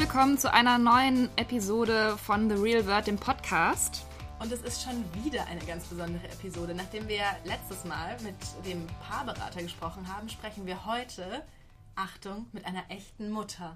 willkommen zu einer neuen Episode von The Real World, dem Podcast. Und es ist schon wieder eine ganz besondere Episode. Nachdem wir letztes Mal mit dem Paarberater gesprochen haben, sprechen wir heute, Achtung, mit einer echten Mutter.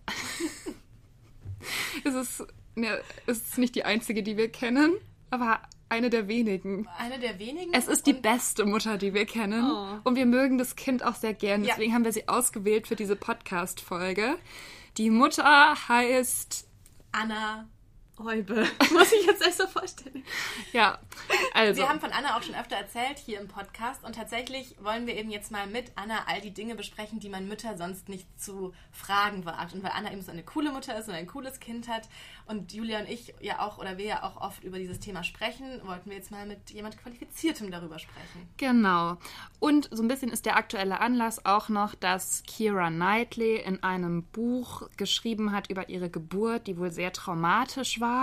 Es ist nicht die einzige, die wir kennen, aber eine der wenigen. Eine der wenigen? Es ist die beste Mutter, die wir kennen. Oh. Und wir mögen das Kind auch sehr gern. Ja. Deswegen haben wir sie ausgewählt für diese Podcast-Folge. Die Mutter heißt Anna Heube. Muss ich jetzt echt so vorstellen. Ja, also. Wir haben von Anna auch schon öfter erzählt hier im Podcast und tatsächlich wollen wir eben jetzt mal mit Anna all die Dinge besprechen, die man Mütter sonst nicht zu fragen wagt. Und weil Anna eben so eine coole Mutter ist und ein cooles Kind hat und Julia und ich ja auch, oder wir ja auch oft über dieses Thema sprechen, wollten wir jetzt mal mit jemand Qualifiziertem darüber sprechen. Genau. Und so ein bisschen ist der aktuelle Anlass auch noch, dass Keira Knightley in einem Buch geschrieben hat über ihre Geburt, die wohl sehr traumatisch war.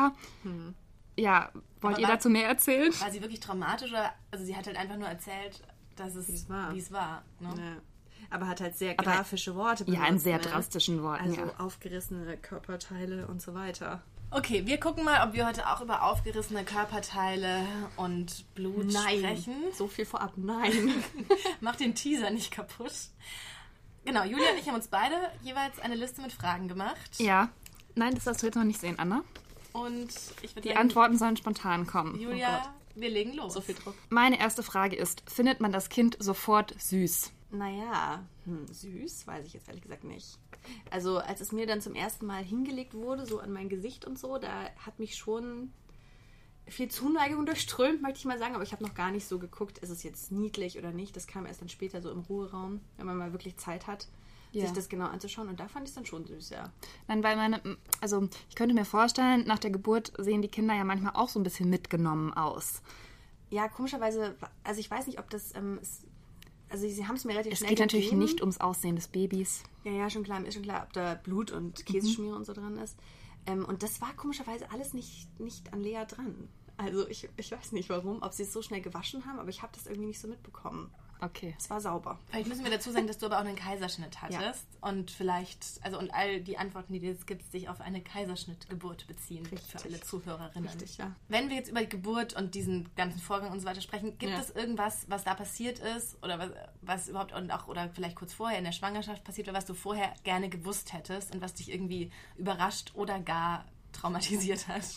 Ja, wollt ihr dazu mehr erzählen? War sie wirklich traumatisch oder, also sie hat halt einfach nur erzählt, dass wie es war. Ne? Ja. Aber hat halt sehr grafische Worte benutzt. Ja, in sehr drastischen Worten. Also aufgerissene Körperteile und so weiter. Okay, wir gucken mal, ob wir heute auch über aufgerissene Körperteile und Blut sprechen. So viel vorab, nein. Mach den Teaser nicht kaputt. Genau, Julia und ich haben uns beide jeweils eine Liste mit Fragen gemacht. Ja. Nein, das darfst du jetzt noch nicht sehen, Anna. Und ich würde Die Antworten sollen spontan kommen. Julia, wir legen los. So viel Druck. Meine erste Frage ist, findet man das Kind sofort süß? Naja, süß, weiß ich jetzt ehrlich gesagt nicht. Also als es mir dann zum ersten Mal hingelegt wurde, so an mein Gesicht und so, da hat mich schon viel Zuneigung durchströmt, möchte ich mal sagen. Aber ich habe noch gar nicht so geguckt, ist es jetzt niedlich oder nicht. Das kam erst dann später so im Ruheraum, wenn man mal wirklich Zeit hat, sich das genau anzuschauen. Und da fand ich es dann schon süß, ja. Nein, weil ich könnte mir vorstellen, nach der Geburt sehen die Kinder ja manchmal auch so ein bisschen mitgenommen aus. Ja, komischerweise, also ich weiß nicht, ob das also sie haben es mir relativ schnell gegeben. Es geht natürlich gegeben. nicht ums Aussehen des Babys. Ja, schon klar, ist schon klar, ob da Blut und Käseschmiere und so dran ist. Und das war komischerweise alles nicht an Lea dran. Also ich weiß nicht warum, ob sie es so schnell gewaschen haben, aber ich habe das irgendwie nicht so mitbekommen. Okay. Es war sauber. Vielleicht müssen wir dazu sagen, dass du aber auch einen Kaiserschnitt hattest. Ja. Und vielleicht, und all die Antworten, die du jetzt gibst, sich auf eine Kaiserschnittgeburt beziehen. Richtig. Für alle Zuhörerinnen. Richtig, ja. Wenn wir jetzt über die Geburt und diesen ganzen Vorgang und so weiter sprechen, gibt es irgendwas, was da passiert ist oder was überhaupt oder vielleicht kurz vorher in der Schwangerschaft passiert oder was du vorher gerne gewusst hättest und was dich irgendwie überrascht oder gar traumatisiert hat?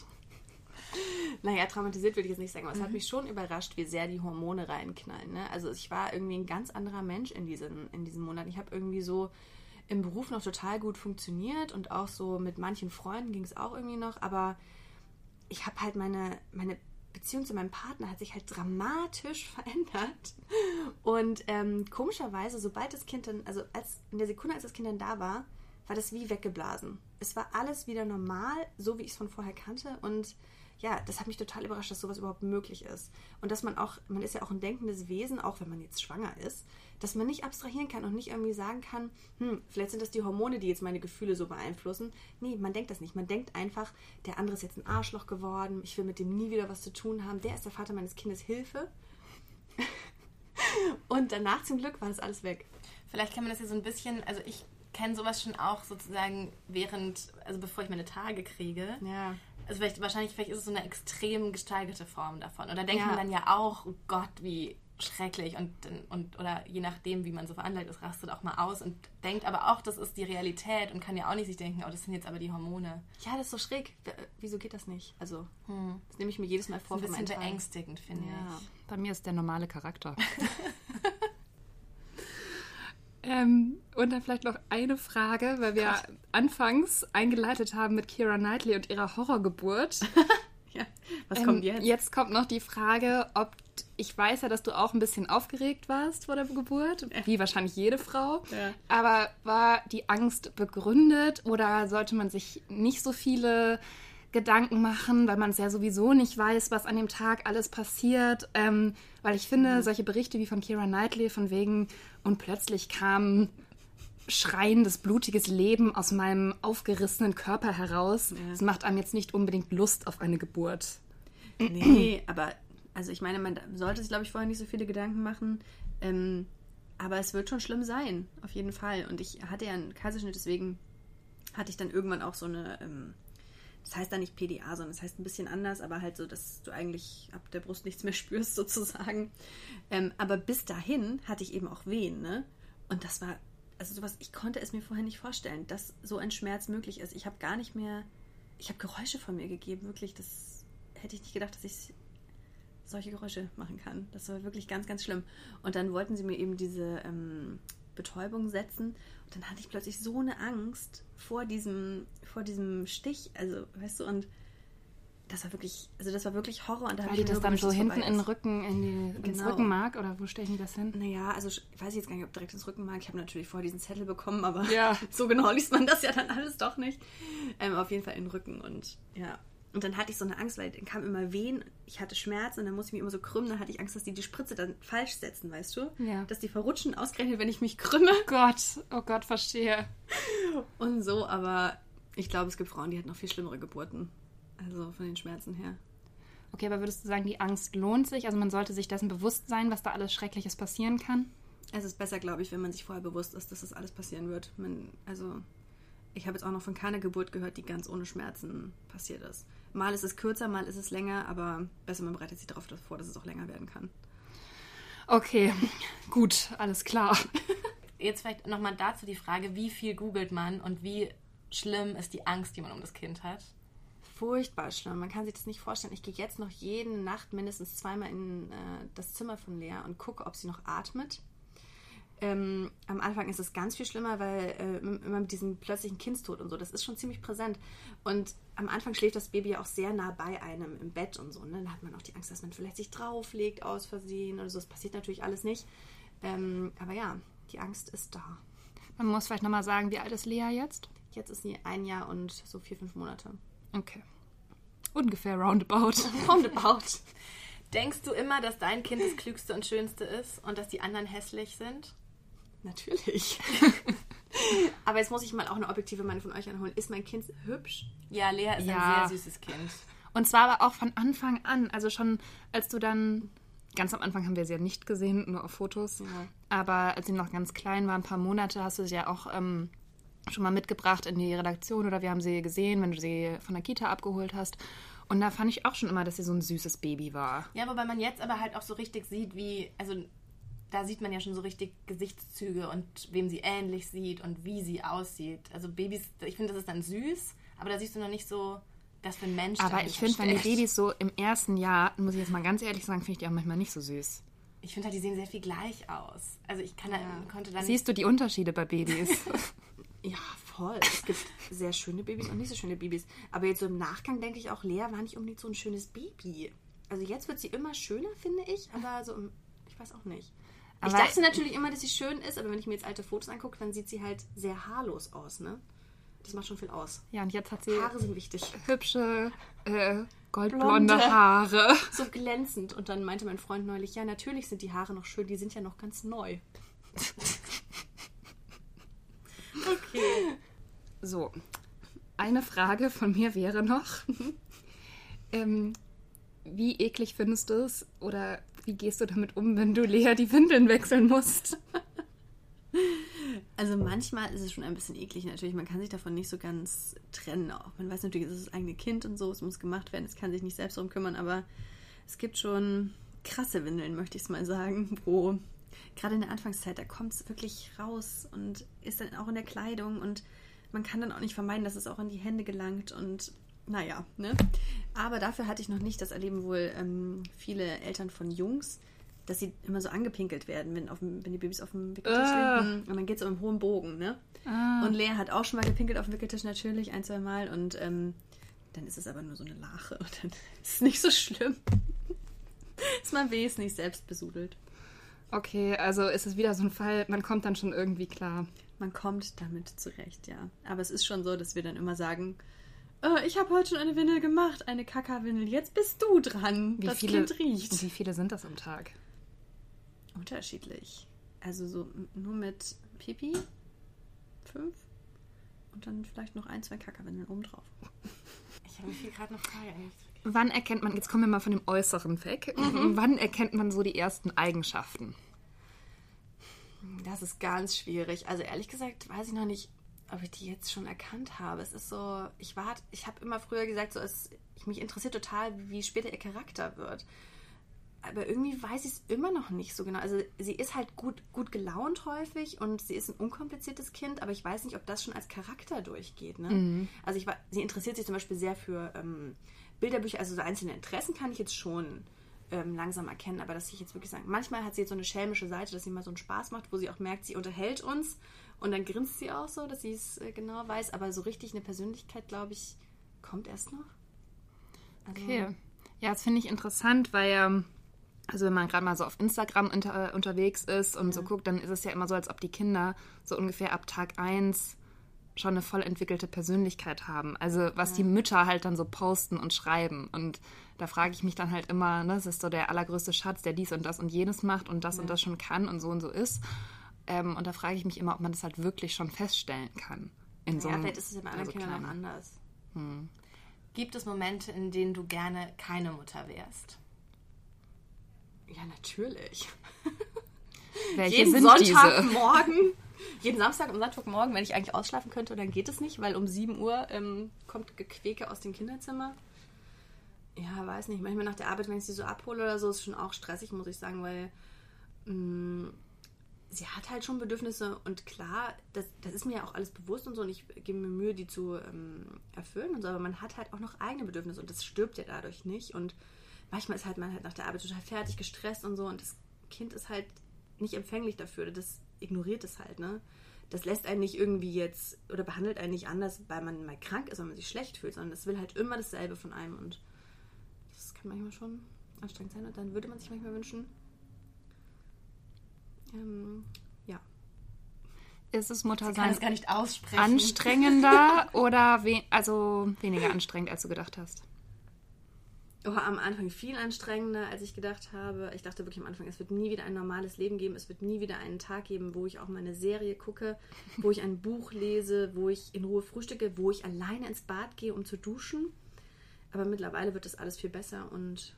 Naja, traumatisiert würde ich jetzt nicht sagen, aber es hat mich schon überrascht, wie sehr die Hormone reinknallen. Ne? Also ich war irgendwie ein ganz anderer Mensch in diesen Monaten. Ich habe irgendwie so im Beruf noch total gut funktioniert und auch so mit manchen Freunden ging es auch irgendwie noch, aber ich habe halt meine Beziehung zu meinem Partner hat sich halt dramatisch verändert. Und komischerweise, sobald das Kind dann, also in der Sekunde, als das Kind dann da war das wie weggeblasen. Es war alles wieder normal, so wie ich es von vorher kannte und ja, das hat mich total überrascht, dass sowas überhaupt möglich ist. Und dass man ist ja auch ein denkendes Wesen, auch wenn man jetzt schwanger ist, dass man nicht abstrahieren kann und nicht irgendwie sagen kann, vielleicht sind das die Hormone, die jetzt meine Gefühle so beeinflussen. Nee, man denkt das nicht. Man denkt einfach, der andere ist jetzt ein Arschloch geworden, ich will mit dem nie wieder was zu tun haben, der ist der Vater meines Kindes, Hilfe. Und danach zum Glück war das alles weg. Vielleicht kann man das ja so ein bisschen, also ich kenne sowas schon auch sozusagen bevor ich meine Tage kriege. Ja. Also wahrscheinlich ist es so eine extrem gesteigerte Form davon. Und da denkt man dann ja auch, oh Gott, wie schrecklich. Oder je nachdem, wie man so veranlagt ist, rastet auch mal aus und denkt aber auch, das ist die Realität und kann ja auch nicht sich denken, oh, das sind jetzt aber die Hormone. Ja, das ist so schräg. Wieso geht das nicht? Also, das nehme ich mir jedes Mal vor. Das ist ein bisschen beängstigend, finde ich. Bei mir ist der normale Charakter. Und dann vielleicht noch eine Frage, weil wir anfangs eingeleitet haben mit Keira Knightley und ihrer Horrorgeburt. Ja, was kommt jetzt? Jetzt kommt noch die Frage, ich weiß ja, dass du auch ein bisschen aufgeregt warst vor der Geburt, wie wahrscheinlich jede Frau, aber war die Angst begründet oder sollte man sich nicht so viele Gedanken machen, weil man es ja sowieso nicht weiß, was an dem Tag alles passiert, weil ich finde, solche Berichte wie von Keira Knightley von wegen und plötzlich kam schreiendes, blutiges Leben aus meinem aufgerissenen Körper heraus, das macht einem jetzt nicht unbedingt Lust auf eine Geburt. Nee, aber also ich meine, man sollte sich, glaube ich, vorher nicht so viele Gedanken machen, aber es wird schon schlimm sein, auf jeden Fall. Und ich hatte ja einen Kaiserschnitt, deswegen hatte ich dann irgendwann auch so eine, das heißt dann nicht PDA, sondern das heißt ein bisschen anders, aber halt so, dass du eigentlich ab der Brust nichts mehr spürst sozusagen. Aber bis dahin hatte ich eben auch Wehen, ne? Und das war, also sowas, ich konnte es mir vorher nicht vorstellen, dass so ein Schmerz möglich ist. Ich habe Geräusche von mir gegeben, wirklich, das hätte ich nicht gedacht, dass ich solche Geräusche machen kann. Das war wirklich ganz, ganz schlimm. Und dann wollten sie mir eben diese Betäubung setzen und dann hatte ich plötzlich so eine Angst vor diesem Stich, also, weißt du, und das war wirklich Horror. Und da habe ich das dann so hinten in den Rücken, ins Rückenmark, oder wo stechen die das hin? Naja, also ich weiß jetzt gar nicht, ob direkt ins Rückenmark. Ich habe natürlich vorher diesen Zettel bekommen, aber ja. So genau liest man das ja dann alles doch nicht. Auf jeden Fall in den Rücken und ja. Und dann hatte ich so eine Angst, weil dann kam immer Wehen, ich hatte Schmerzen und dann musste ich mich immer so krümmen, dann hatte ich Angst, dass die Spritze dann falsch setzen, weißt du? Ja. Dass die verrutschen, ausgerechnet, wenn ich mich krümme. Oh Gott, verstehe. Und so, aber ich glaube, es gibt Frauen, die hatten noch viel schlimmere Geburten. Also von den Schmerzen her. Okay, aber würdest du sagen, die Angst lohnt sich? Also man sollte sich dessen bewusst sein, was da alles Schreckliches passieren kann? Es ist besser, glaube ich, wenn man sich vorher bewusst ist, dass das alles passieren wird. Ich habe jetzt auch noch von keiner Geburt gehört, die ganz ohne Schmerzen passiert ist. Mal ist es kürzer, mal ist es länger, aber besser, man bereitet sich darauf vor, dass es auch länger werden kann. Okay, gut, alles klar. Jetzt vielleicht nochmal dazu die Frage, wie viel googelt man und wie schlimm ist die Angst, die man um das Kind hat? Furchtbar schlimm. Man kann sich das nicht vorstellen. Ich gehe jetzt noch jede Nacht mindestens 2-mal in das Zimmer von Lea und gucke, ob sie noch atmet. Am Anfang ist es ganz viel schlimmer, weil immer mit diesem plötzlichen Kindstod und so, das ist schon ziemlich präsent. Und am Anfang schläft das Baby ja auch sehr nah bei einem im Bett und so. Ne? Da hat man auch die Angst, dass man vielleicht sich drauflegt aus Versehen oder so. Das passiert natürlich alles nicht. Aber ja, die Angst ist da. Man muss vielleicht nochmal sagen, wie alt ist Lea jetzt? Jetzt ist sie 1 Jahr und so 4-5 Monate. Okay. Ungefähr roundabout. Roundabout. Denkst du immer, dass dein Kind das Klügste und Schönste ist und dass die anderen hässlich sind? Natürlich. Aber jetzt muss ich mal auch eine objektive Meinung von euch anholen. Ist mein Kind hübsch? Ja, Lea ist ein sehr süßes Kind. Und zwar aber auch von Anfang an. Also schon, als du dann... Ganz am Anfang haben wir sie ja nicht gesehen, nur auf Fotos. Ja. Aber als sie noch ganz klein war, ein paar Monate, hast du sie ja auch schon mal mitgebracht in die Redaktion. Oder wir haben sie gesehen, wenn du sie von der Kita abgeholt hast. Und da fand ich auch schon immer, dass sie so ein süßes Baby war. Ja, wobei man jetzt aber halt auch so richtig sieht, da sieht man ja schon so richtig Gesichtszüge und wem sie ähnlich sieht und wie sie aussieht. Also Babys, ich finde, das ist dann süß, aber da siehst du noch nicht so, das für ein Mensch. Aber ich finde, wenn die Babys so im ersten Jahr, muss ich jetzt mal ganz ehrlich sagen, finde ich die auch manchmal nicht so süß. Ich finde halt, die sehen sehr viel gleich aus. Also ich konnte dann... Siehst du die Unterschiede bei Babys? Ja, voll. Es gibt sehr schöne Babys und nicht so schöne Babys. Aber jetzt so im Nachgang denke ich auch, Lea war nicht unbedingt so ein schönes Baby. Also jetzt wird sie immer schöner, finde ich, aber so ich weiß auch nicht. Ich dachte natürlich immer, dass sie schön ist, aber wenn ich mir jetzt alte Fotos angucke, dann sieht sie halt sehr haarlos aus, ne? Das macht schon viel aus. Ja, und jetzt hat sie Haare sind wichtig. Hübsche, goldblonde Haare. So glänzend. Und dann meinte mein Freund neulich, ja, natürlich sind die Haare noch schön, die sind ja noch ganz neu. Okay. So, eine Frage von mir wäre noch, wie eklig findest du es oder wie gehst du damit um, wenn du Lea die Windeln wechseln musst? Also manchmal ist es schon ein bisschen eklig natürlich, man kann sich davon nicht so ganz trennen auch. Man weiß natürlich, es ist das eigene Kind und so, es muss gemacht werden, es kann sich nicht selbst darum kümmern, aber es gibt schon krasse Windeln, möchte ich es mal sagen, wo gerade in der Anfangszeit, da kommt es wirklich raus und ist dann auch in der Kleidung und man kann dann auch nicht vermeiden, dass es auch in die Hände gelangt und naja, ne? Aber dafür hatte ich noch nicht, das erleben wohl viele Eltern von Jungs, dass sie immer so angepinkelt werden, wenn die Babys auf dem Wickeltisch liegen. Und dann geht es so im hohen Bogen, ne? Und Lea hat auch schon mal gepinkelt auf dem Wickeltisch natürlich, 1-2 Mal. Und dann ist es aber nur so eine Lache. Und dann ist es nicht so schlimm. Ist man wesentlich selbst besudelt. Okay, also ist es wieder so ein Fall, man kommt dann schon irgendwie klar. Man kommt damit zurecht, ja. Aber es ist schon so, dass wir dann immer sagen, ich habe heute schon eine Windel gemacht, eine Kaka-Windel. Jetzt bist du dran. Das Kind riecht. Wie viele sind das am Tag? Unterschiedlich. Also so nur mit Pipi 5 und dann vielleicht noch 1-2 Kaka-Windeln obendrauf. Ich habe mich hier gerade noch Frage eigentlich. Wann erkennt man, jetzt kommen wir mal von dem Äußeren weg, wann erkennt man so die ersten Eigenschaften? Das ist ganz schwierig. Also ehrlich gesagt weiß ich noch nicht. ob ich die jetzt schon erkannt habe. Es ist so, ich habe immer früher gesagt, so, mich interessiert total, wie später ihr Charakter wird. Aber irgendwie weiß ich es immer noch nicht so genau. Also sie ist halt gut gelaunt häufig und sie ist ein unkompliziertes Kind, aber ich weiß nicht, ob das schon als Charakter durchgeht. Ne? Mhm. Also sie interessiert sich zum Beispiel sehr für Bilderbücher, also so einzelne Interessen kann ich jetzt schon langsam erkennen, aber dass ich jetzt wirklich sagen, manchmal hat sie jetzt so eine schelmische Seite, dass sie mal so einen Spaß macht, wo sie auch merkt, sie unterhält uns und dann grinst sie auch so, dass sie es genau weiß, aber so richtig eine Persönlichkeit, glaube ich, kommt erst noch. Also, okay. Ja, das finde ich interessant, weil also wenn man gerade mal so auf Instagram unterwegs ist und so guckt, dann ist es ja immer so, als ob die Kinder so ungefähr ab Tag 1 schon eine voll entwickelte Persönlichkeit haben. Also was die Mütter halt dann so posten und schreiben. Und da frage ich mich dann halt immer, ne, das ist so der allergrößte Schatz, der dies und das und jenes macht und das schon kann und so ist. Und da frage ich mich immer, ob man das halt wirklich schon feststellen kann. Vielleicht ist es ja bei anderen Kindern auch anders. Gibt es Momente, in denen du gerne keine Mutter wärst? Ja, natürlich. Welche sind Sonntagmorgen, jeden Samstag und Sonntagmorgen, wenn ich eigentlich ausschlafen könnte, dann geht es nicht, weil um 7 Uhr kommt Gequäke aus dem Kinderzimmer. Ja, weiß nicht. Manchmal nach der Arbeit, wenn ich sie so abhole oder so, ist es schon auch stressig, muss ich sagen, weil sie hat halt schon Bedürfnisse und klar, das ist mir ja auch alles bewusst und so und ich gebe mir Mühe, die zu erfüllen und so, aber man hat halt auch noch eigene Bedürfnisse und das stirbt ja dadurch nicht und manchmal ist halt man halt nach der Arbeit total fertig, gestresst und so und das Kind ist halt nicht empfänglich dafür, das ignoriert es halt, ne? Das lässt einen nicht irgendwie jetzt oder behandelt einen nicht anders, weil man mal krank ist, weil man sich schlecht fühlt, sondern das will halt immer dasselbe von einem und das kann manchmal schon anstrengend sein und dann würde man sich manchmal wünschen, ja. Ist es Muttersein kann es gar nicht aussprechen. Anstrengender oder weniger anstrengend, als du gedacht hast? Oh, am Anfang viel anstrengender, als ich gedacht habe. Ich dachte wirklich am Anfang, es wird nie wieder ein normales Leben geben. Es wird nie wieder einen Tag geben, wo ich auch mal eine Serie gucke, wo ich ein Buch lese, wo ich in Ruhe frühstücke, wo ich alleine ins Bad gehe, um zu duschen. Aber mittlerweile wird das alles viel besser und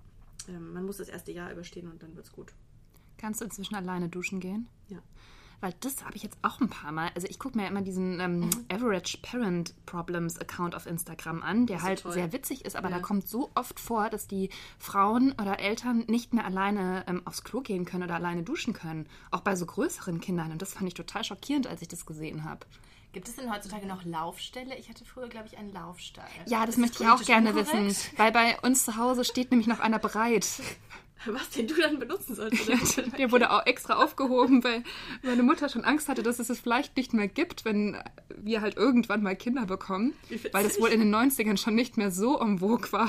man muss das erste Jahr überstehen und dann wird's gut. Kannst du inzwischen alleine duschen gehen? Ja. Weil das habe ich jetzt auch ein paar Mal. Also ich gucke mir ja immer diesen Average Parent Problems Account auf Instagram an, der halt sehr witzig ist, aber da kommt so oft vor, dass die Frauen oder Eltern nicht mehr alleine aufs Klo gehen können oder alleine duschen können. Auch bei so größeren Kindern. Und das fand ich total schockierend, als ich das gesehen habe. Gibt es denn heutzutage noch Laufställe? Ich hatte früher, glaube ich, einen Laufstall. Ja, das möchte ich auch gerne wissen. Weil bei uns zu Hause steht nämlich noch einer bereit. Was, den du dann benutzen sollst? Ja, der wurde auch extra aufgehoben, weil meine Mutter schon Angst hatte, dass es vielleicht nicht mehr gibt, wenn wir halt irgendwann mal Kinder bekommen. Weil das wohl in den 90ern schon nicht mehr so en vogue war.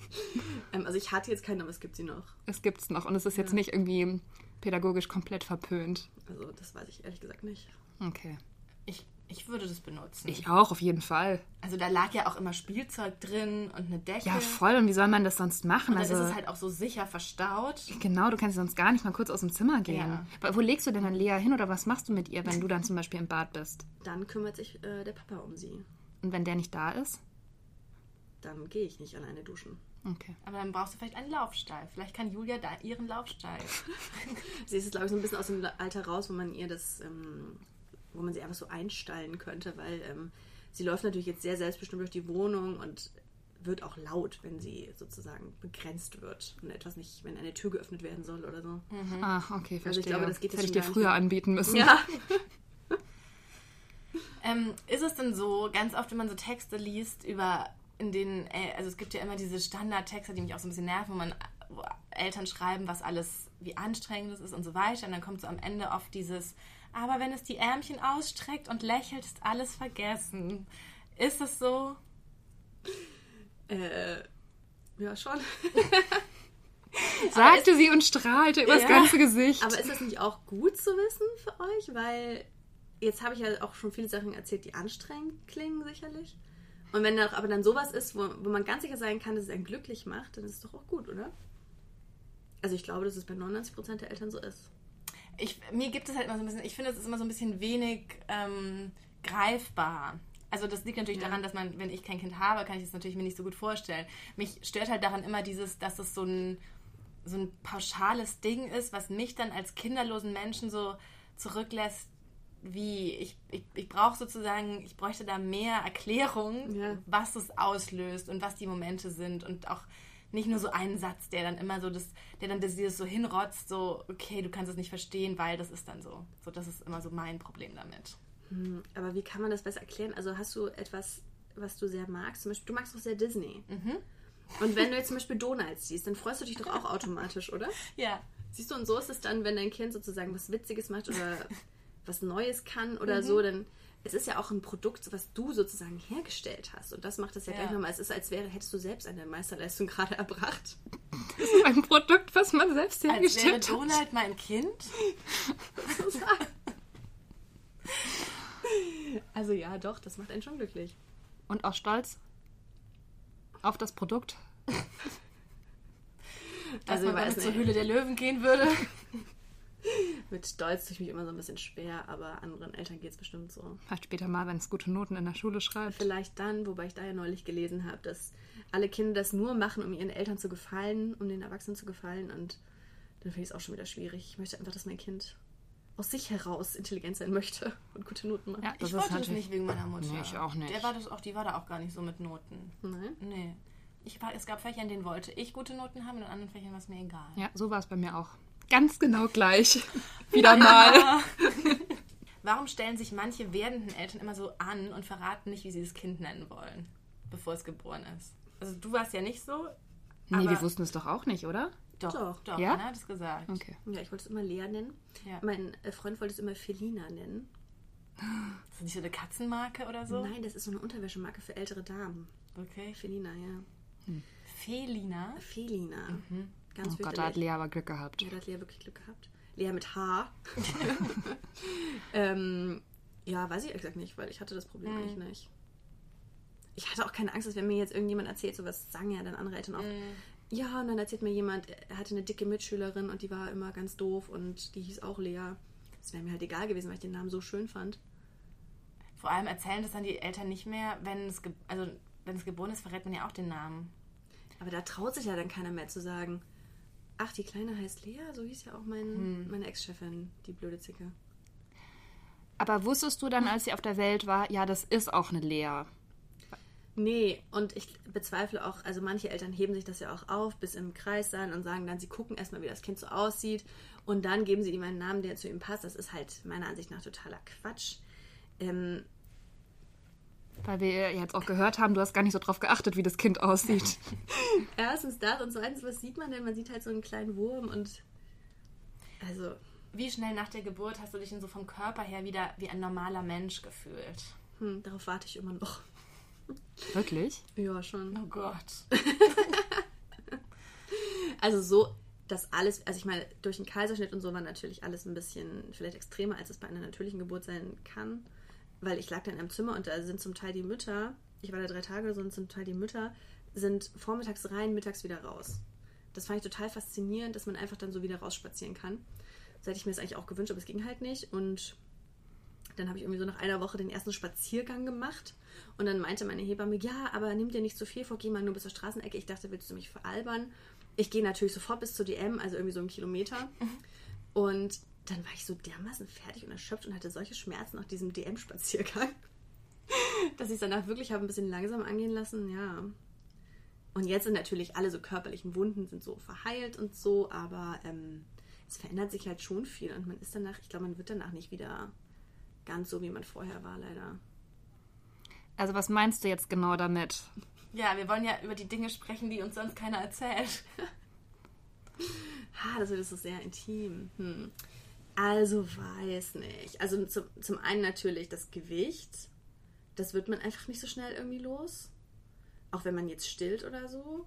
Also ich hatte jetzt keinen, aber es gibt sie noch. Es gibt's noch und es ist jetzt nicht irgendwie pädagogisch komplett verpönt. Also das weiß ich ehrlich gesagt nicht. Okay. Ich würde das benutzen. Ich auch, auf jeden Fall. Also da lag ja auch immer Spielzeug drin und eine Decke. Ja, voll. Und wie soll man das sonst machen? Und dann ist es halt auch so sicher verstaut. Genau, du kannst sonst gar nicht mal kurz aus dem Zimmer gehen. Ja. Wo legst du denn dann Lea hin oder was machst du mit ihr, wenn du dann zum Beispiel im Bad bist? Dann kümmert sich der Papa um sie. Und wenn der nicht da ist? Dann gehe ich nicht alleine duschen. Okay. Aber dann brauchst du vielleicht einen Laufstall. Vielleicht kann Julia da ihren Laufstall. Sie ist jetzt, glaube ich, so ein bisschen aus dem Alter raus, wo man ihr das... wo man sie einfach so einstallen könnte, weil sie läuft natürlich jetzt sehr selbstbestimmt durch die Wohnung und wird auch laut, wenn sie sozusagen begrenzt wird und etwas nicht, wenn eine Tür geöffnet werden soll oder so. Mhm. Ach, okay, verstehe. Also ich glaube, das geht jetzt hätte ich dir früher anbieten müssen. Ja. Ist es denn so, ganz oft, wenn man so Texte liest in denen, also es gibt ja immer diese Standardtexte, die mich auch so ein bisschen nerven, wo Eltern schreiben, was alles, wie anstrengend es ist und so weiter und dann kommt so am Ende oft dieses aber wenn es die Ärmchen ausstreckt und lächelt, ist alles vergessen. Ist es so? Ja, schon. Sagte sie und strahlte übers ganze Gesicht. Aber ist das nicht auch gut zu wissen für euch? Weil jetzt habe ich ja auch schon viele Sachen erzählt, die anstrengend klingen sicherlich. Und wenn da aber dann sowas ist, wo man ganz sicher sein kann, dass es einen glücklich macht, dann ist es doch auch gut, oder? Also ich glaube, dass es bei 99% der Eltern so ist. Mir gibt es halt immer so ein bisschen, ich finde, es ist immer so ein bisschen wenig greifbar. Also das liegt natürlich daran, dass wenn ich kein Kind habe, kann ich das natürlich mir nicht so gut vorstellen. Mich stört halt daran immer dass es so ein pauschales Ding ist, was mich dann als kinderlosen Menschen so zurücklässt, ich brauche sozusagen, ich bräuchte da mehr Erklärung, was es auslöst und was die Momente sind und auch nicht nur so einen Satz, der dann immer so dieses so hinrotzt, so, okay, du kannst es nicht verstehen, weil das ist dann so. So, das ist immer so mein Problem damit. Aber wie kann man das besser erklären? Also hast du etwas, was du sehr magst? Zum Beispiel, du magst doch sehr Disney. Und wenn du jetzt zum Beispiel Donald siehst, dann freust du dich doch auch automatisch, oder? Ja. Siehst du, und so ist es dann, wenn dein Kind sozusagen was Witziges macht oder was Neues kann oder so, dann es ist ja auch ein Produkt, was du sozusagen hergestellt hast. Und das macht es ja gleich nochmal. Es ist, als hättest du selbst eine Meisterleistung gerade erbracht. Das ist ein Produkt, was man selbst hergestellt hat. Als wäre Donald mein Kind? Also ja, doch, das macht einen schon glücklich. Und auch stolz auf das Produkt. Dass man damit zur Höhle der Löwen gehen würde. Mit Stolz tue ich mich immer so ein bisschen schwer, aber anderen Eltern geht es bestimmt so. Vielleicht später mal, wenn es gute Noten in der Schule schreibt. Vielleicht dann, wobei ich da ja neulich gelesen habe, dass alle Kinder das nur machen, um ihren Eltern zu gefallen, um den Erwachsenen zu gefallen. Und dann finde ich es auch schon wieder schwierig. Ich möchte einfach, dass mein Kind aus sich heraus intelligent sein möchte und gute Noten macht. Ja, ich wollte das nicht wegen meiner Mutter. Nee, ich auch nicht. Die war da auch gar nicht so mit Noten. Nein? Nee. Es gab Fächer, in denen wollte ich gute Noten haben und in anderen Fächern war es mir egal. Ja, so war es bei mir auch. Ganz genau gleich. Wieder mal. Warum stellen sich manche werdenden Eltern immer so an und verraten nicht, wie sie das Kind nennen wollen, bevor es geboren ist? Also du warst ja nicht so. Nee, wir wussten es doch auch nicht, oder? Doch. Ja? Anna hat es gesagt. Okay. Ja, ich wollte es immer Lea nennen. Ja. Mein Freund wollte es immer Felina nennen. Ist das nicht so eine Katzenmarke oder so? Nein, das ist so eine Unterwäschemarke für ältere Damen. Okay. Felina, ja. Felina? Felina. Ganz Oh Gott, da hat Lea aber Glück gehabt. Ja, da hat Lea wirklich Glück gehabt. Lea mit H. Ja, weiß ich ehrlich gesagt nicht, weil ich hatte das Problem eigentlich nicht. Ich hatte auch keine Angst, dass wenn mir jetzt irgendjemand erzählt, sowas sagen ja dann andere Eltern auch. Ja, und dann erzählt mir jemand, er hatte eine dicke Mitschülerin und die war immer ganz doof und die hieß auch Lea. Das wäre mir halt egal gewesen, weil ich den Namen so schön fand. Vor allem erzählen das dann die Eltern nicht mehr, wenn es geboren ist, verrät man ja auch den Namen. Aber da traut sich ja dann keiner mehr zu sagen, ach, die Kleine heißt Lea? So hieß ja auch meine Ex-Chefin, die blöde Zicke. Aber wusstest du dann, als sie auf der Welt war, ja, das ist auch eine Lea? Nee, und ich bezweifle auch, also manche Eltern heben sich das ja auch auf, bis im Kreis sein und sagen dann, sie gucken erstmal, wie das Kind so aussieht und dann geben sie ihm einen Namen, der zu ihm passt. Das ist halt meiner Ansicht nach totaler Quatsch. Weil wir jetzt auch gehört haben, du hast gar nicht so drauf geachtet, wie das Kind aussieht. Erstens das und zweitens, was sieht man denn? Man sieht halt so einen kleinen Wurm und also... Wie schnell nach der Geburt hast du dich denn so vom Körper her wieder wie ein normaler Mensch gefühlt? Darauf warte ich immer noch. Wirklich? Ja, schon. Oh Gott. Also so, dass alles, also ich meine, durch den Kaiserschnitt und so war natürlich alles ein bisschen vielleicht extremer, als es bei einer natürlichen Geburt sein kann. Weil ich lag dann in einem Zimmer und da sind zum Teil die Mütter, ich war da 3 Tage oder so, und zum Teil die Mütter sind vormittags rein, mittags wieder raus. Das fand ich total faszinierend, dass man einfach dann so wieder rausspazieren kann. Das hätte ich mir das eigentlich auch gewünscht, aber es ging halt nicht. Und dann habe ich irgendwie so nach einer Woche den ersten Spaziergang gemacht. Und dann meinte meine Hebamme, ja, aber nimm dir nicht zu viel vor, geh mal nur bis zur Straßenecke. Ich dachte, willst du mich veralbern? Ich gehe natürlich sofort bis zur DM, also irgendwie so 1 Kilometer. Und dann war ich so dermaßen fertig und erschöpft und hatte solche Schmerzen nach diesem DM-Spaziergang, dass ich es danach wirklich habe ein bisschen langsam angehen lassen, ja. Und jetzt sind natürlich alle so körperlichen Wunden sind so verheilt und so, aber es verändert sich halt schon viel und man ist danach, ich glaube, man wird danach nicht wieder ganz so, wie man vorher war, leider. Also was meinst du jetzt genau damit? Ja, wir wollen ja über die Dinge sprechen, die uns sonst keiner erzählt. Das wird so sehr intim. Also weiß nicht. Also zum einen natürlich das Gewicht. Das wird man einfach nicht so schnell irgendwie los. Auch wenn man jetzt stillt oder so.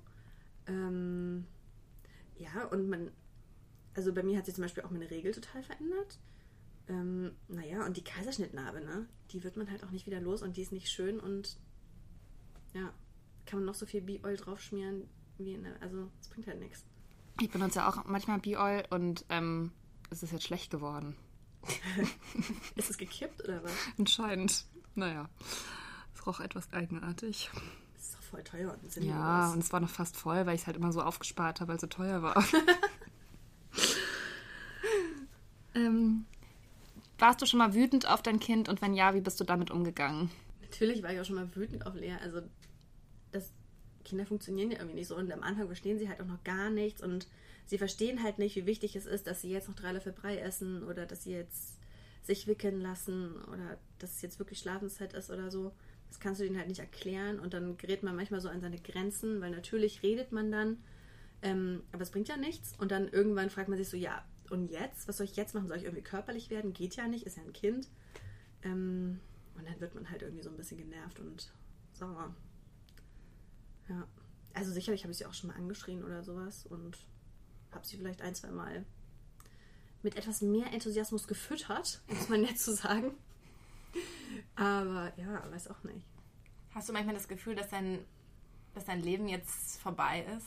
Ja, und also bei mir hat sich zum Beispiel auch meine Regel total verändert. Naja, und die Kaiserschnittnarbe, ne? Die wird man halt auch nicht wieder los und die ist nicht schön und ja, kann man noch so viel Bee-Oil draufschmieren, also es bringt halt nichts. Ich benutze ja auch manchmal Bee-Oil und es ist jetzt schlecht geworden. Ist es gekippt oder was? Anscheinend. Naja, es roch etwas eigenartig. Das ist doch voll teuer und sinnlos. Ja, und es war noch fast voll, weil ich es halt immer so aufgespart habe, weil es so teuer war. warst du schon mal wütend auf dein Kind und wenn ja, wie bist du damit umgegangen? Natürlich war ich auch schon mal wütend auf Lea. Also Kinder funktionieren ja irgendwie nicht so und am Anfang verstehen sie halt auch noch gar nichts und sie verstehen halt nicht, wie wichtig es ist, dass sie jetzt noch 3 Löffel Brei essen oder dass sie jetzt sich wickeln lassen oder dass es jetzt wirklich Schlafenszeit ist oder so. Das kannst du denen halt nicht erklären und dann gerät man manchmal so an seine Grenzen, weil natürlich redet man dann, aber es bringt ja nichts und dann irgendwann fragt man sich so, ja, und jetzt? Was soll ich jetzt machen? Soll ich irgendwie körperlich werden? Geht ja nicht, ist ja ein Kind. Und dann wird man halt irgendwie so ein bisschen genervt und sauer. Ja, also sicherlich habe ich sie auch schon mal angeschrien oder sowas und habe sie vielleicht 1-2 Mal mit etwas mehr Enthusiasmus gefüttert, muss man nett zu sagen. Aber ja, weiß auch nicht. Hast du manchmal das Gefühl, dass dein Leben jetzt vorbei ist?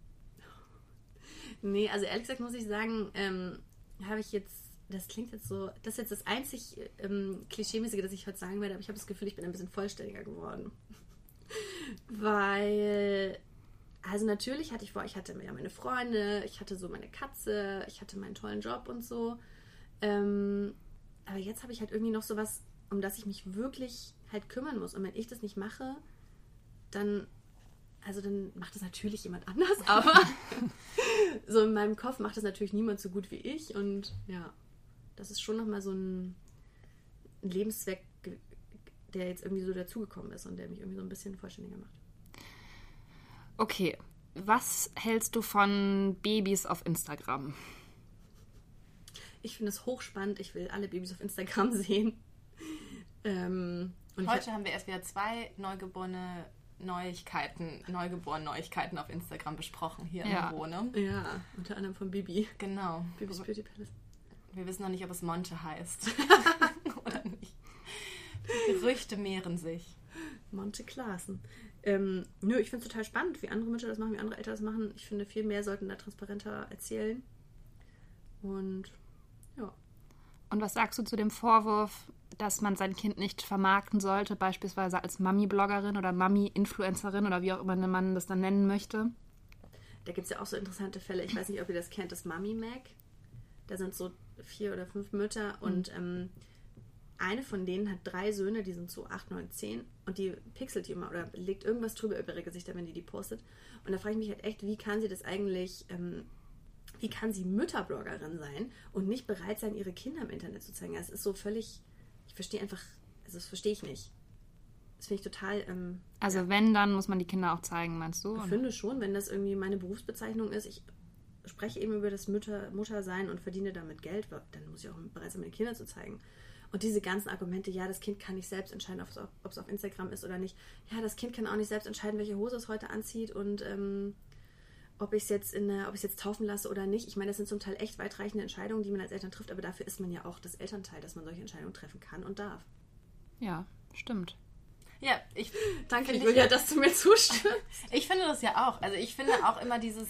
Nee, also ehrlich gesagt muss ich sagen, habe ich jetzt, das klingt jetzt so, das ist jetzt das einzig Klischeemäßige, das ich heute sagen werde, aber ich habe das Gefühl, ich bin ein bisschen vollständiger geworden. Weil, also natürlich hatte ich hatte ja meine Freunde, ich hatte so meine Katze, ich hatte meinen tollen Job und so. Aber jetzt habe ich halt irgendwie noch sowas, um das ich mich wirklich halt kümmern muss. Und wenn ich das nicht mache, dann macht das natürlich jemand anders. Aber so in meinem Kopf macht das natürlich niemand so gut wie ich. Und ja, das ist schon nochmal so ein Lebenszweck, der jetzt irgendwie so dazugekommen ist und der mich irgendwie so ein bisschen vollständiger macht. Okay, was hältst du von Babys auf Instagram? Ich finde es hochspannend. Ich will alle Babys auf Instagram sehen. Und heute haben wir erst wieder 2 neugeborene Neugeborenen-Neuigkeiten auf Instagram besprochen hier im Büro, ne? Ja, unter anderem von Bibi. Genau. Bibis Beauty Palace. Wir wissen noch nicht, ob es Monte heißt. Oder nicht. Die Gerüchte mehren sich. Monte Klaassen. Nö, ich finde es total spannend, wie andere Mütter das machen, wie andere Eltern das machen. Ich finde, viel mehr sollten da transparenter erzählen. Und ja. Und was sagst du zu dem Vorwurf, dass man sein Kind nicht vermarkten sollte, beispielsweise als Mami-Bloggerin oder Mami-Influencerin oder wie auch immer man das dann nennen möchte? Da gibt es ja auch so interessante Fälle. Ich weiß nicht, ob ihr das kennt, das Mami-Mag. Da sind so 4 oder 5 Mütter und eine von denen hat 3 Söhne, die sind so 8, 9, 10 und die pixelt die immer oder legt irgendwas drüber über ihre Gesichter, wenn die postet. Und da frage ich mich halt echt, wie kann sie das eigentlich, wie kann sie Mütterbloggerin sein und nicht bereit sein, ihre Kinder im Internet zu zeigen? Es ist so völlig, ich verstehe einfach, also das verstehe ich nicht. Das finde ich total... also wenn, dann muss man die Kinder auch zeigen, meinst du? Ich finde schon, wenn das irgendwie meine Berufsbezeichnung ist, ich spreche eben über das Muttersein und verdiene damit Geld, dann muss ich auch bereit sein, meine Kinder zu zeigen. Und diese ganzen Argumente, ja, das Kind kann nicht selbst entscheiden, ob es auf Instagram ist oder nicht. Ja, das Kind kann auch nicht selbst entscheiden, welche Hose es heute anzieht und ob ich es jetzt taufen lasse oder nicht. Ich meine, das sind zum Teil echt weitreichende Entscheidungen, die man als Eltern trifft, aber dafür ist man ja auch das Elternteil, dass man solche Entscheidungen treffen kann und darf. Ja, stimmt. Ja, danke, Julia, dass du mir zustimmst. Ich finde das ja auch. Also ich finde auch immer dieses,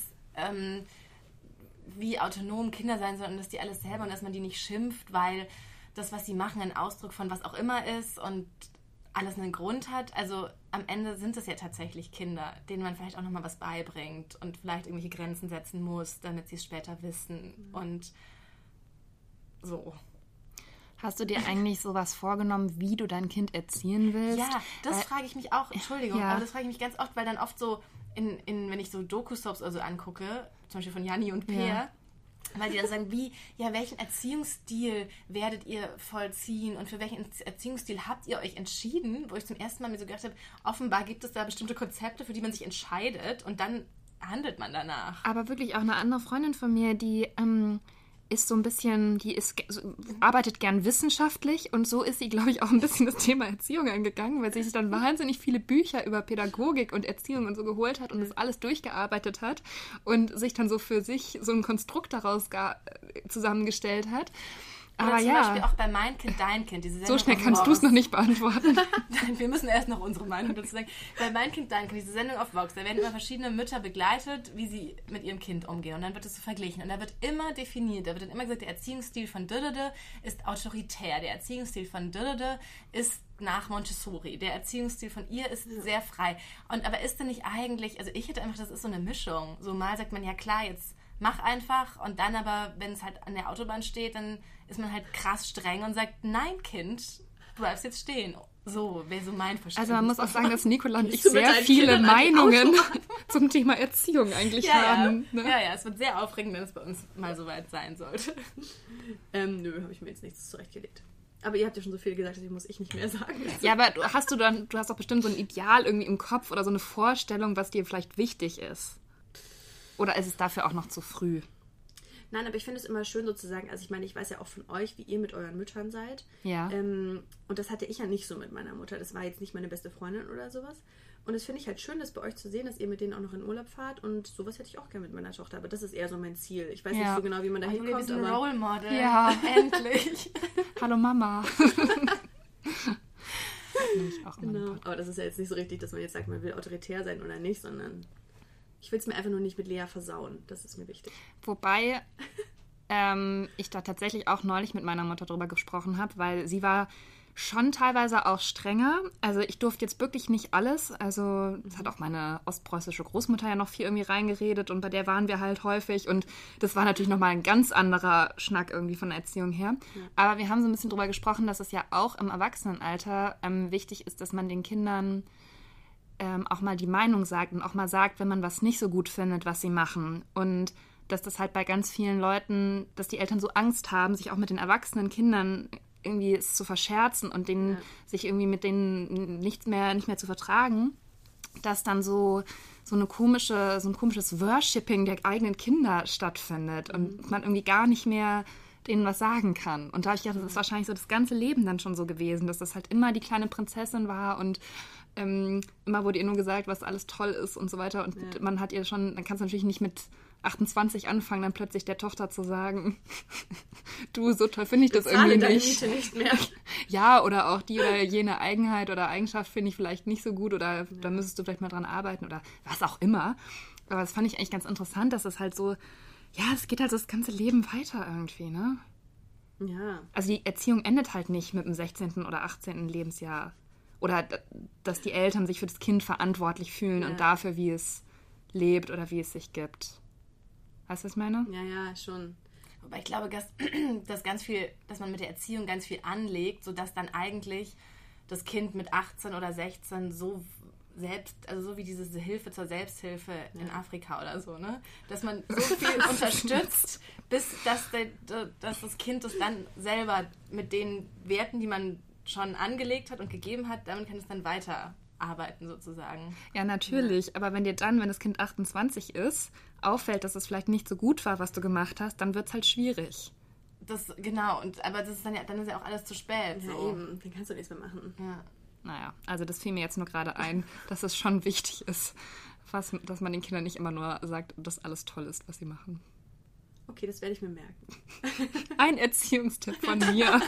wie autonom Kinder sein sollen, dass die alles selber und dass man die nicht schimpft, weil das, was sie machen, ein Ausdruck von was auch immer ist und alles einen Grund hat. Also am Ende sind es ja tatsächlich Kinder, denen man vielleicht auch nochmal was beibringt und vielleicht irgendwelche Grenzen setzen muss, damit sie es später wissen und so. Hast du dir eigentlich sowas vorgenommen, wie du dein Kind erziehen willst? Ja, das frage ich mich auch, Entschuldigung, aber das frage ich mich ganz oft, weil dann oft so, wenn ich so Doku-Soaps oder so angucke, zum Beispiel von Janni und Peer, weil die dann sagen, welchen Erziehungsstil werdet ihr vollziehen und für welchen Erziehungsstil habt ihr euch entschieden? Wo ich zum ersten Mal mir so gedacht habe, offenbar gibt es da bestimmte Konzepte, für die man sich entscheidet und dann handelt man danach. Aber wirklich auch eine andere Freundin von mir, die ist so ein bisschen, arbeitet gern wissenschaftlich und so ist sie, glaube ich, auch ein bisschen das Thema Erziehung angegangen, weil sie sich dann wahnsinnig viele Bücher über Pädagogik und Erziehung und so geholt hat und das alles durchgearbeitet hat und sich dann so für sich so ein Konstrukt daraus zusammengestellt hat. Oder aber zum Beispiel auch bei Mein Kind, Dein Kind. Diese Sendung so schnell kannst du es noch nicht beantworten. Nein, wir müssen erst noch unsere Meinung dazu sagen. Bei Mein Kind, Dein Kind, diese Sendung auf Vox, da werden immer verschiedene Mütter begleitet, wie sie mit ihrem Kind umgehen. Und dann wird es so verglichen. Und da wird immer definiert, da wird dann immer gesagt, der Erziehungsstil von Dödede ist autoritär. Der Erziehungsstil von Dödede ist nach Montessori. Der Erziehungsstil von ihr ist sehr frei. Aber ist denn nicht eigentlich, also ich hätte einfach, das ist so eine Mischung. So mal sagt man, ja klar, jetzt mach einfach. Und dann aber, wenn es halt an der Autobahn steht, dann ist man halt krass streng und sagt, nein, Kind, du bleibst jetzt stehen. So wäre so mein Verständnis. Also man muss auch sagen, dass Nicola und ich sehr viele Meinungen zum Thema Erziehung eigentlich haben. Ja. Ne? Ja, es wird sehr aufregend, wenn es bei uns mal so weit sein sollte. Nö, habe ich mir jetzt nichts zurechtgelegt. Aber ihr habt ja schon so viel gesagt, deswegen muss ich nicht mehr sagen. Ja, aber du hast doch bestimmt so ein Ideal irgendwie im Kopf oder so eine Vorstellung, was dir vielleicht wichtig ist. Oder ist es dafür auch noch zu früh? Nein, aber ich finde es immer schön sozusagen, also ich meine, ich weiß ja auch von euch, wie ihr mit euren Müttern seid. Ja. Und das hatte ich ja nicht so mit meiner Mutter. Das war jetzt nicht meine beste Freundin oder sowas. Und das finde ich halt schön, das bei euch zu sehen, dass ihr mit denen auch noch in Urlaub fahrt. Und sowas hätte ich auch gerne mit meiner Tochter. Aber das ist eher so mein Ziel. Ich weiß nicht so genau, wie man da hinkommt. Aber Role Model. Ja. Endlich. Hallo Mama. Auch genau. Aber das ist ja jetzt nicht so richtig, dass man jetzt sagt, man will autoritär sein oder nicht, sondern ich will es mir einfach nur nicht mit Lea versauen. Das ist mir wichtig. Wobei ich da tatsächlich auch neulich mit meiner Mutter drüber gesprochen habe, weil sie war schon teilweise auch strenger. Also ich durfte jetzt wirklich nicht alles. Also das hat auch meine ostpreußische Großmutter ja noch viel irgendwie reingeredet und bei der waren wir halt häufig und das war natürlich nochmal ein ganz anderer Schnack irgendwie von der Erziehung her. Ja. Aber wir haben so ein bisschen drüber gesprochen, dass es ja auch im Erwachsenenalter wichtig ist, dass man den Kindern auch mal die Meinung sagt und auch mal sagt, wenn man was nicht so gut findet, was sie machen. Und dass das halt bei ganz vielen Leuten, dass die Eltern so Angst haben, sich auch mit den erwachsenen Kindern irgendwie es zu verscherzen und denen sich irgendwie mit denen nicht mehr zu vertragen, dass dann so ein komisches Worshipping der eigenen Kinder stattfindet und man irgendwie gar nicht mehr denen was sagen kann. Und da habe ich gedacht, das ist wahrscheinlich so das ganze Leben dann schon so gewesen, dass das halt immer die kleine Prinzessin war und immer wurde ihr nur gesagt, was alles toll ist und so weiter. Und man hat ihr schon, dann kannst du natürlich nicht mit 28 anfangen, dann plötzlich der Tochter zu sagen, du, so toll finde ich das irgendwie nicht. Miete nicht mehr. Ja, oder auch die oder jene Eigenheit oder Eigenschaft finde ich vielleicht nicht so gut oder da müsstest du vielleicht mal dran arbeiten oder was auch immer. Aber das fand ich eigentlich ganz interessant, dass es halt so, ja, es geht halt so das ganze Leben weiter irgendwie, ne? Ja. Also die Erziehung endet halt nicht mit dem 16. oder 18. Lebensjahr. Oder dass die Eltern sich für das Kind verantwortlich fühlen und dafür, wie es lebt oder wie es sich gibt. Weißt du, was ich meine? Ja, schon. Wobei ich glaube, dass man mit der Erziehung ganz viel anlegt, sodass dann eigentlich das Kind mit 18 oder 16 so selbst, also so wie diese Hilfe zur Selbsthilfe in Afrika oder so, ne? Dass man so viel unterstützt, bis dass das Kind es dann selber mit den Werten, die man schon angelegt hat und gegeben hat, damit kann es dann weiterarbeiten sozusagen. Ja, natürlich. Aber wenn dir dann, wenn das Kind 28 ist, auffällt, dass es vielleicht nicht so gut war, was du gemacht hast, dann wird es halt schwierig. Genau, aber das ist dann ist ja auch alles zu spät. Ja, so. eben. Dann kannst du nichts mehr machen. Ja. Naja, also das fiel mir jetzt nur gerade ein, dass es schon wichtig ist, dass man den Kindern nicht immer nur sagt, dass alles toll ist, was sie machen. Okay, das werde ich mir merken. Ein Erziehungstipp von mir.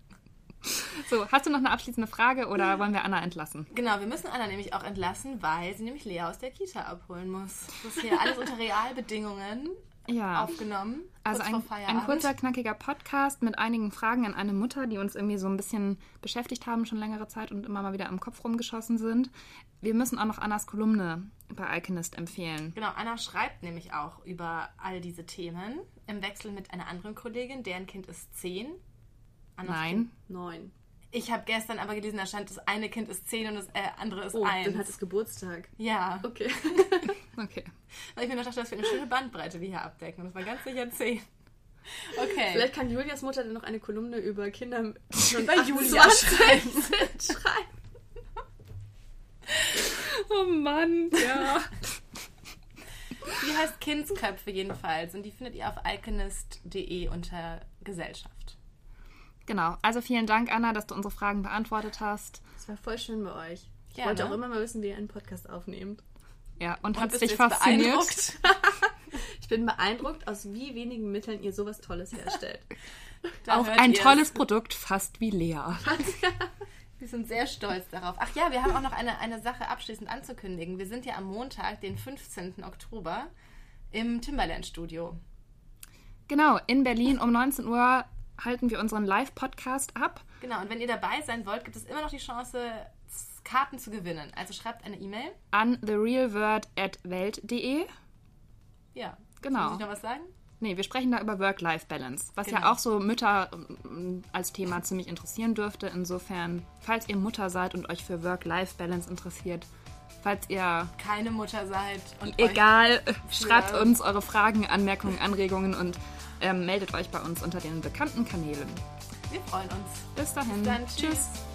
So, hast du noch eine abschließende Frage oder wollen wir Anna entlassen? Genau, wir müssen Anna nämlich auch entlassen, weil sie nämlich Lea aus der Kita abholen muss. Das ist hier alles unter Realbedingungen aufgenommen. Also ein kurzer, knackiger Podcast mit einigen Fragen an eine Mutter, die uns irgendwie so ein bisschen beschäftigt haben, schon längere Zeit und immer mal wieder am Kopf rumgeschossen sind. Wir müssen auch noch Annas Kolumne bei Alchemist empfehlen. Genau, Anna schreibt nämlich auch über all diese Themen im Wechsel mit einer anderen Kollegin, deren Kind ist 10. Nein. 9. Ich habe gestern aber gelesen, da stand, das eine Kind ist 10 und das andere ist 1. Dann hat es Geburtstag. Ja. Okay. Weil ich mir noch dachte, dass wir eine schöne Bandbreite wir hier abdecken. Und das war ganz sicher 10. Okay. Vielleicht kann Julias Mutter dann noch eine Kolumne über Kinder schon bei Julia schreiben. Oh Mann, ja. Die heißt Kindsköpfe jedenfalls und die findet ihr auf alchemist.de unter Gesellschaft. Genau, also vielen Dank, Anna, dass du unsere Fragen beantwortet hast. Es war voll schön bei euch. Ich Gerne. wollte auch immer mal wissen, wie ihr einen Podcast aufnehmt. Ja, und hat es dich fasziniert? Ich bin beeindruckt, aus wie wenigen Mitteln ihr sowas Tolles herstellt. Auch ein tolles Produkt, fast wie Lea. Wir sind sehr stolz darauf. Ach ja, wir haben auch noch eine Sache abschließend anzukündigen. Wir sind ja am Montag, den 15. Oktober, im Timbaland-Studio. Genau, in Berlin um 19 Uhr halten wir unseren Live-Podcast ab. Genau, und wenn ihr dabei sein wollt, gibt es immer noch die Chance, Karten zu gewinnen. Also schreibt eine E-Mail an therealword@welt.de. Ja. Genau. Muss ich noch was sagen? Nee, wir sprechen da über Work-Life-Balance, was Genau. ja auch so Mütter als Thema ziemlich interessieren dürfte. Insofern, falls ihr Mutter seid und euch für Work-Life-Balance interessiert, falls ihr keine Mutter seid und egal, schreibt uns eure Fragen, Anmerkungen, Anregungen und meldet euch bei uns unter den bekannten Kanälen. Wir freuen uns. Bis dahin. Bis dann. Tschüss.